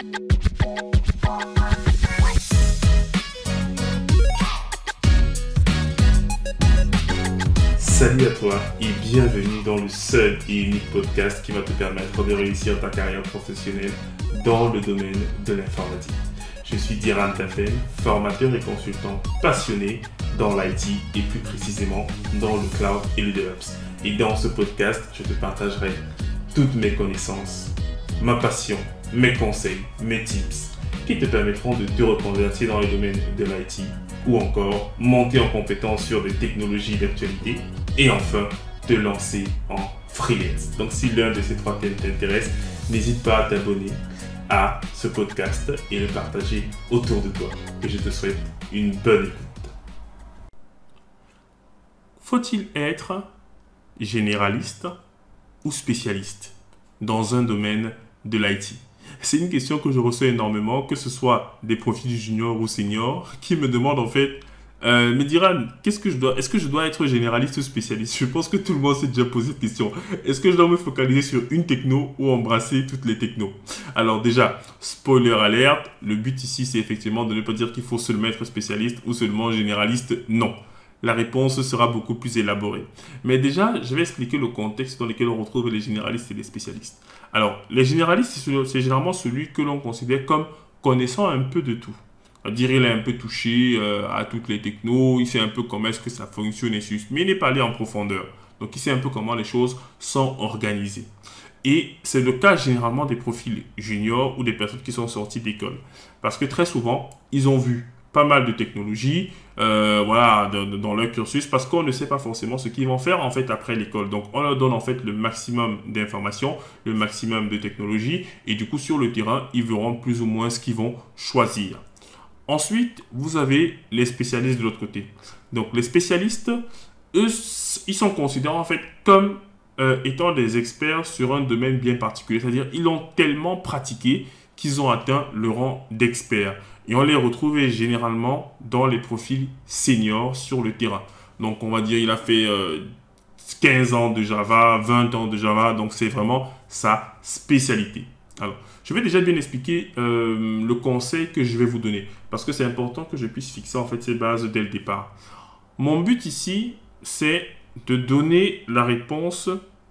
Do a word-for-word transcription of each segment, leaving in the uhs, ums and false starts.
Salut à toi et bienvenue dans le seul et unique podcast qui va te permettre de réussir ta carrière professionnelle dans le domaine de l'informatique. Je suis Diran Tafel, formateur et consultant passionné dans l'I T et plus précisément dans le cloud et le DevOps. Et dans ce podcast, je te partagerai toutes mes connaissances, ma passion, mes conseils, mes tips qui te permettront de te reconvertir dans le domaine de l'I T ou encore monter en compétence sur des technologies d'actualité et enfin te lancer en freelance. Donc si l'un de ces trois thèmes t'intéresse, n'hésite pas à t'abonner à ce podcast et le partager autour de toi. Et je te souhaite une bonne écoute. Faut-il être généraliste ou spécialiste dans un domaine de l'I T? C'est une question que je reçois énormément, que ce soit des profils juniors ou seniors, qui me demandent en fait, euh, mais Diran, qu'est-ce que je dois, est-ce que je dois être généraliste ou spécialiste? Je pense que tout le monde s'est déjà posé cette question. Est-ce que je dois me focaliser sur une techno ou embrasser toutes les technos? Alors déjà, spoiler alert, le but ici c'est effectivement de ne pas dire qu'il faut seulement être spécialiste ou seulement généraliste, non. La réponse sera beaucoup plus élaborée. Mais déjà, je vais expliquer le contexte dans lequel on retrouve les généralistes et les spécialistes. Alors, les généralistes, c'est généralement celui que l'on considère comme connaissant un peu de tout. C'est-à-dire, il a un peu touché euh, à toutes les technos, il sait un peu comment est-ce que ça fonctionne et sus, mais il n'est pas allé en profondeur. Donc, il sait un peu comment les choses sont organisées. Et c'est le cas généralement des profils juniors ou des personnes qui sont sorties d'école. Parce que très souvent, ils ont vu pas mal de technologies euh, voilà, de, de, dans leur cursus parce qu'on ne sait pas forcément ce qu'ils vont faire en fait après l'école. Donc, on leur donne en fait le maximum d'informations, le maximum de technologies et du coup, sur le terrain, ils verront plus ou moins ce qu'ils vont choisir. Ensuite, vous avez les spécialistes de l'autre côté. Donc, les spécialistes, eux, ils sont considérés en fait comme euh, étant des experts sur un domaine bien particulier. C'est-à-dire, ils l'ont tellement pratiqué qu'ils ont atteint le rang d'experts. Et on les retrouve généralement dans les profils seniors sur le terrain. Donc, on va dire il a fait euh, quinze ans de Java, vingt ans de Java. Donc, c'est vraiment sa spécialité. Alors, je vais déjà bien expliquer euh, le conseil que je vais vous donner. Parce que c'est important que je puisse fixer en fait ces bases dès le départ. Mon but ici, c'est de donner la réponse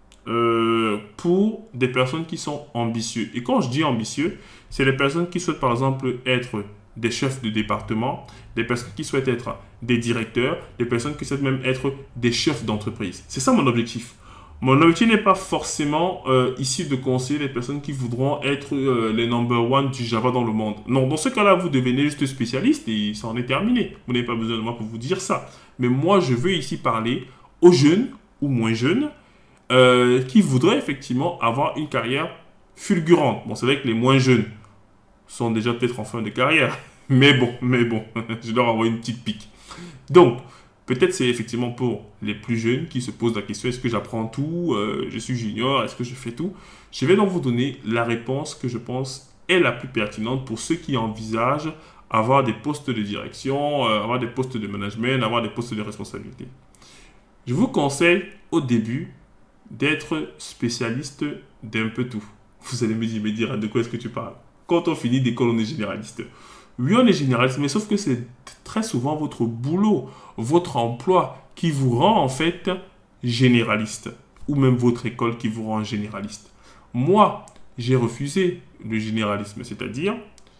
euh, pour des personnes qui sont ambitieuses. Et quand je dis ambitieux, c'est les personnes qui souhaitent par exemple être des chefs de département, des personnes qui souhaitent être des directeurs, des personnes qui souhaitent même être des chefs d'entreprise. C'est ça mon objectif. Mon objectif n'est pas forcément euh, ici de conseiller les personnes qui voudront être euh, les number one du Java dans le monde. Non, dans ce cas-là, vous devenez juste spécialiste et ça en est terminé. Vous n'avez pas besoin de moi pour vous dire ça. Mais moi, je veux ici parler aux jeunes ou moins jeunes euh, qui voudraient effectivement avoir une carrière fulgurante. Bon, c'est vrai que les moins jeunes sont déjà peut-être en fin de carrière. Mais bon, mais bon, je leur envoie une petite pique. Donc, peut-être c'est effectivement pour les plus jeunes qui se posent la question, est-ce que j'apprends tout euh, Je suis junior, est-ce que je fais tout? Je vais donc vous donner la réponse que je pense est la plus pertinente pour ceux qui envisagent avoir des postes de direction, euh, avoir des postes de management, avoir des postes de responsabilité. Je vous conseille au début d'être spécialiste d'un peu tout. Vous allez me dire, me dire de quoi est-ce que tu parles? Quand on finit d'école, on est généraliste. Oui, on est généraliste, mais sauf que c'est très souvent votre boulot, votre emploi qui vous rend en fait généraliste. Ou même votre école qui vous rend généraliste. Moi, j'ai refusé le généralisme, c'est-à-dire,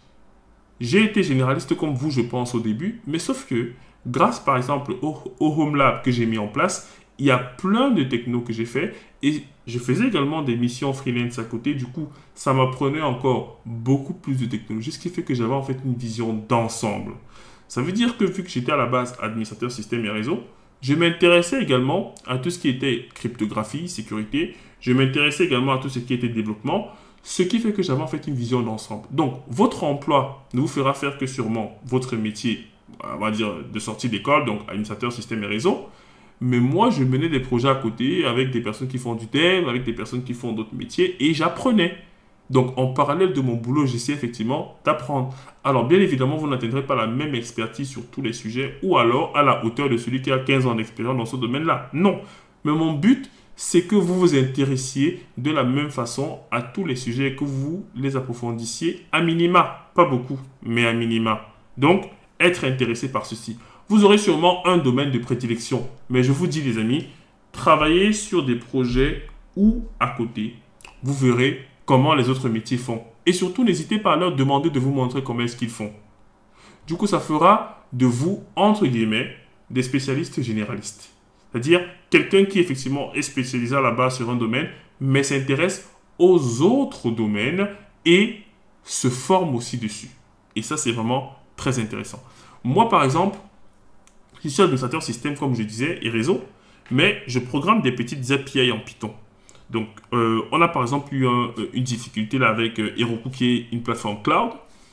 j'ai été généraliste comme vous, je pense, au début, mais sauf que, grâce par exemple au, au Home Lab que j'ai mis en place, il y a plein de technos que j'ai fait et je faisais également des missions freelance à côté. Du coup, ça m'apprenait encore beaucoup plus de technologies, ce qui fait que j'avais en fait une vision d'ensemble. Ça veut dire que vu que j'étais à la base administrateur système et réseau, je m'intéressais également à tout ce qui était cryptographie, sécurité. Je m'intéressais également à tout ce qui était développement, ce qui fait que j'avais en fait une vision d'ensemble. Donc, votre emploi ne vous fera faire que sûrement votre métier, on va dire, de sortie d'école, donc administrateur système et réseau. Mais moi, je menais des projets à côté avec des personnes qui font du dev, avec des personnes qui font d'autres métiers et j'apprenais. Donc, en parallèle de mon boulot, j'essaie effectivement d'apprendre. Alors, bien évidemment, vous n'atteindrez pas la même expertise sur tous les sujets ou alors à la hauteur de celui qui a quinze ans d'expérience dans ce domaine-là. Non. Mais mon but, c'est que vous vous intéressiez de la même façon à tous les sujets, que vous les approfondissiez à minima. Pas beaucoup, mais à minima. Donc, être intéressé par ceci. Vous aurez sûrement un domaine de prédilection. Mais je vous dis, les amis, travaillez sur des projets où, à côté, vous verrez comment les autres métiers font. Et surtout, n'hésitez pas à leur demander de vous montrer comment est-ce qu'ils font. Du coup, ça fera de vous, entre guillemets, des spécialistes généralistes. C'est-à-dire quelqu'un qui, effectivement, est spécialisé à la base sur un domaine, mais s'intéresse aux autres domaines et se forme aussi dessus. Et ça, c'est vraiment très intéressant. Moi, par exemple, je suis administrateur système, comme je disais, et réseau, mais je programme des petites A P I en Python. Donc, euh, on a par exemple eu un, une difficulté là avec euh, Heroku, qui est une plateforme cloud.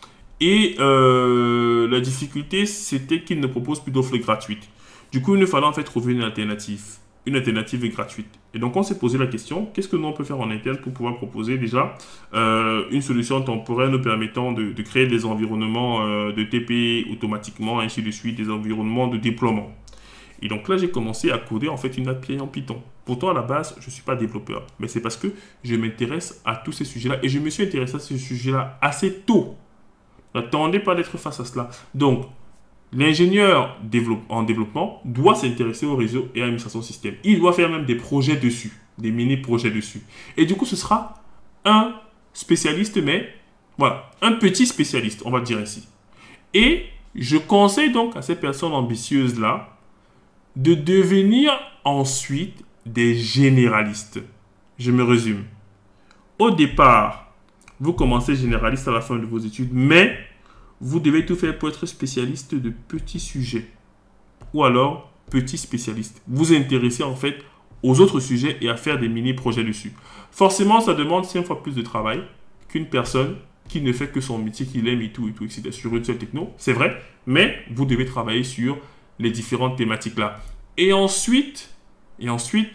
Et euh, la difficulté, c'était qu'il ne propose plus d'offres gratuites. Du coup, il nous fallait en fait trouver une alternative. Une alternative gratuite. Et donc, on s'est posé la question, qu'est-ce que nous, on peut faire en interne pour pouvoir proposer déjà euh, une solution temporaire nous permettant de, de créer des environnements euh, de T P automatiquement, ainsi de suite, des environnements de déploiement. Et donc là, j'ai commencé à coder en fait une A P I en Python. Pourtant, à la base, je ne suis pas développeur. Mais c'est parce que je m'intéresse à tous ces sujets-là. Et je me suis intéressé à ces sujets-là assez tôt. N'attendez pas d'être face à cela. Donc, l'ingénieur en développement doit s'intéresser au réseau et à l'administration système. Il doit faire même des projets dessus, des mini-projets dessus. Et du coup, ce sera un spécialiste, mais voilà, un petit spécialiste, on va dire ainsi. Et je conseille donc à ces personnes ambitieuses-là de devenir ensuite des généralistes. Je me résume. Au départ, vous commencez généraliste à la fin de vos études, mais vous devez tout faire pour être spécialiste de petits sujets. Ou alors, petit spécialiste. Vous intéressez en fait aux autres sujets et à faire des mini-projets dessus. Forcément, ça demande cinq fois plus de travail qu'une personne qui ne fait que son métier qu'il aime et tout, et tout, et cetera sur une seule techno. C'est vrai, mais vous devez travailler sur les différentes thématiques là. Et ensuite, et ensuite,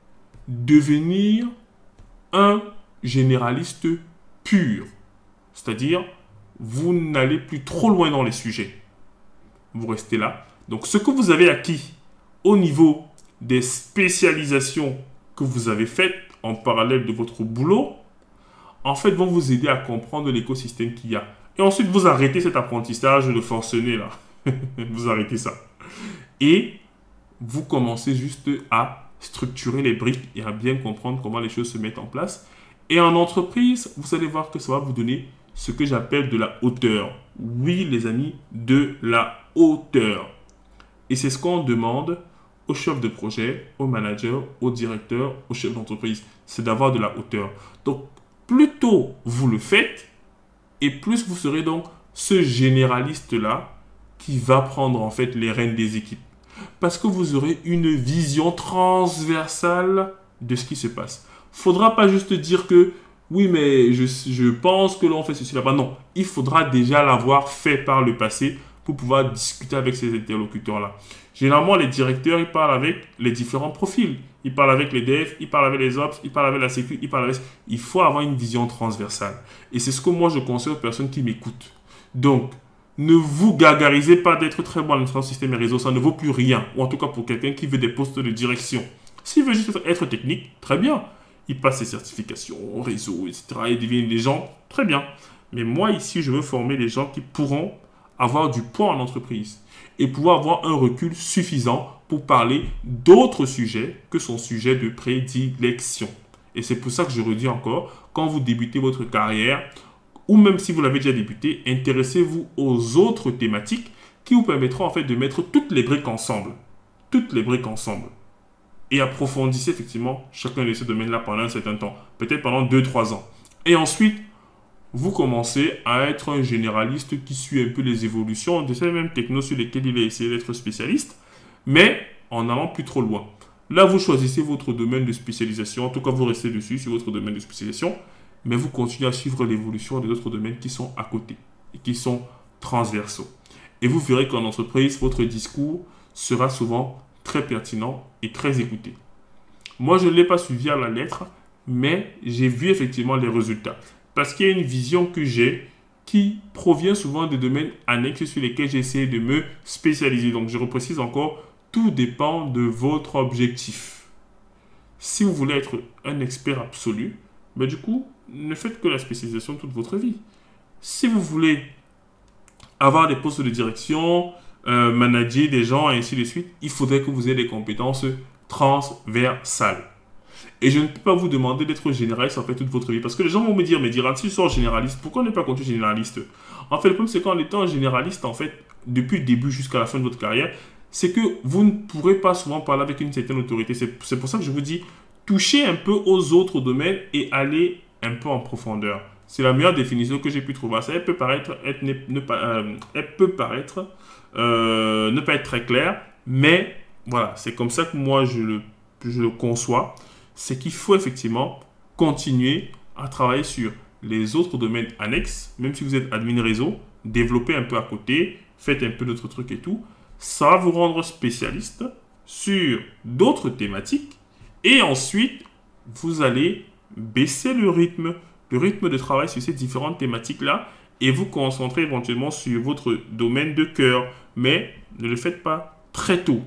devenir un généraliste pur. C'est-à-dire, vous n'allez plus trop loin dans les sujets. Vous restez là. Donc, ce que vous avez acquis au niveau des spécialisations que vous avez faites en parallèle de votre boulot, en fait, vont vous aider à comprendre l'écosystème qu'il y a. Et ensuite, vous arrêtez cet apprentissage de forcené là. Vous arrêtez ça. Et vous commencez juste à structurer les briques et à bien comprendre comment les choses se mettent en place. Et en entreprise, vous allez voir que ça va vous donner ce que j'appelle de la hauteur. Oui, les amis, de la hauteur. Et c'est ce qu'on demande aux chefs de projet, aux managers, aux directeurs, aux chefs d'entreprise. C'est d'avoir de la hauteur. Donc, plus tôt vous le faites, et plus vous serez donc ce généraliste-là qui va prendre en fait les rênes des équipes. Parce que vous aurez une vision transversale de ce qui se passe. Faudra pas juste dire que oui, mais je, je pense que l'on fait ceci là-bas. Non, il faudra déjà l'avoir fait par le passé pour pouvoir discuter avec ces interlocuteurs-là. Généralement, les directeurs, ils parlent avec les différents profils. Ils parlent avec les devs, ils parlent avec les ops, ils parlent avec la sécu, ils parlent avec... Il faut avoir une vision transversale. Et c'est ce que moi, je conseille aux personnes qui m'écoutent. Donc, ne vous gargarisez pas d'être très bon en système et réseau. Ça ne vaut plus rien. Ou en tout cas, pour quelqu'un qui veut des postes de direction. S'il veut juste être technique, très bien. Il passe ses certifications, réseau, et cetera. Il devient des gens, très bien. Mais moi, ici, je veux former des gens qui pourront avoir du poids en entreprise et pouvoir avoir un recul suffisant pour parler d'autres sujets que son sujet de prédilection. Et c'est pour ça que je redis encore, quand vous débutez votre carrière, ou même si vous l'avez déjà débuté, intéressez-vous aux autres thématiques qui vous permettront en fait de mettre toutes les briques ensemble. Toutes les briques ensemble. Et approfondissez effectivement chacun de ces domaines-là pendant un certain temps. Peut-être pendant deux trois ans. Et ensuite, vous commencez à être un généraliste qui suit un peu les évolutions de ces mêmes technos sur lesquels il va essayer d'être spécialiste, mais en allant plus trop loin. Là, vous choisissez votre domaine de spécialisation. En tout cas, vous restez dessus sur votre domaine de spécialisation, mais vous continuez à suivre l'évolution des autres domaines qui sont à côté et qui sont transversaux. Et vous verrez qu'en entreprise, votre discours sera souvent très pertinent et très écouté. Moi, je ne l'ai pas suivi à la lettre, mais j'ai vu effectivement les résultats. Parce qu'il y a une vision que j'ai qui provient souvent des domaines annexes sur lesquels j'essaie de me spécialiser. Donc, je reprécise encore, tout dépend de votre objectif. Si vous voulez être un expert absolu, ben du coup, ne faites que la spécialisation toute votre vie. Si vous voulez avoir des postes de direction, euh, manager des gens et ainsi de suite, il faudrait que vous ayez des compétences transversales. Et je ne peux pas vous demander d'être généraliste en fait toute votre vie. Parce que les gens vont me dire, mais Diran, si tu sors généraliste, pourquoi ne pas continuer généraliste? En fait, le problème, c'est qu'en étant généraliste, en fait, depuis le début jusqu'à la fin de votre carrière, c'est que vous ne pourrez pas souvent parler avec une certaine autorité. C'est, c'est pour ça que je vous dis, touchez un peu aux autres domaines et allez un peu en profondeur. C'est la meilleure définition que j'ai pu trouver. Ça, elle peut paraître, être, ne, ne pas, euh, elle peut paraître euh, ne pas être très claire, mais voilà, c'est comme ça que moi je le, je le conçois. C'est qu'il faut effectivement continuer à travailler sur les autres domaines annexes, même si vous êtes admin réseau, développer un peu à côté, faites un peu d'autres trucs et tout. Ça va vous rendre spécialiste sur d'autres thématiques et ensuite, vous allez baisser le rythme, le rythme de travail sur ces différentes thématiques-là et vous concentrer éventuellement sur votre domaine de cœur. Mais ne le faites pas très tôt.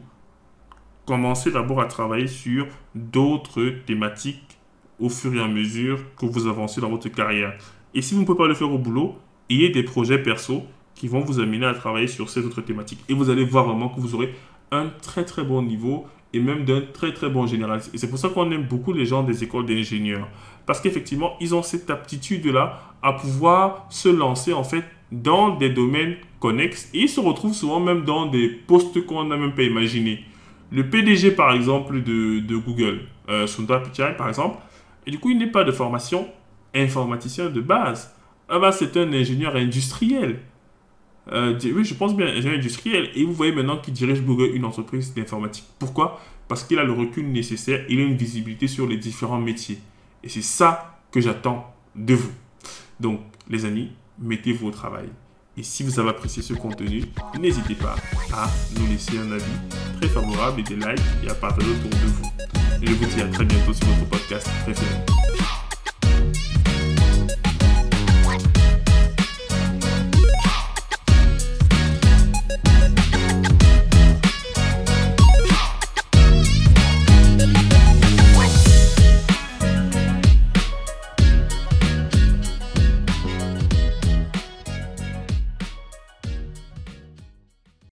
Commencez d'abord à travailler sur d'autres thématiques au fur et à mesure que vous avancez dans votre carrière. Et si vous ne pouvez pas le faire au boulot, ayez des projets perso qui vont vous amener à travailler sur ces autres thématiques. Et vous allez voir vraiment que vous aurez un très très bon niveau et même d'un très très bon généraliste. Et c'est pour ça qu'on aime beaucoup les gens des écoles d'ingénieurs. Parce qu'effectivement, ils ont cette aptitude-là à pouvoir se lancer en fait dans des domaines connexes. Et ils se retrouvent souvent même dans des postes qu'on n'a même pas imaginés. Le P D G par exemple de, de Google, euh, Sundar Pichai par exemple, et du coup il n'est pas de formation informaticien de base. Ah bah, c'est un ingénieur industriel. Euh, oui, je pense bien, ingénieur industriel. Et vous voyez maintenant qu'il dirige Google, une entreprise d'informatique. Pourquoi? Parce qu'il a le recul nécessaire, il a une visibilité sur les différents métiers. Et c'est ça que j'attends de vous. Donc, les amis, mettez-vous au travail. Et si vous avez apprécié ce contenu, n'hésitez pas à nous laisser un avis très favorable et des likes et à partager autour de vous. Et je vous dis à très bientôt sur votre podcast préféré.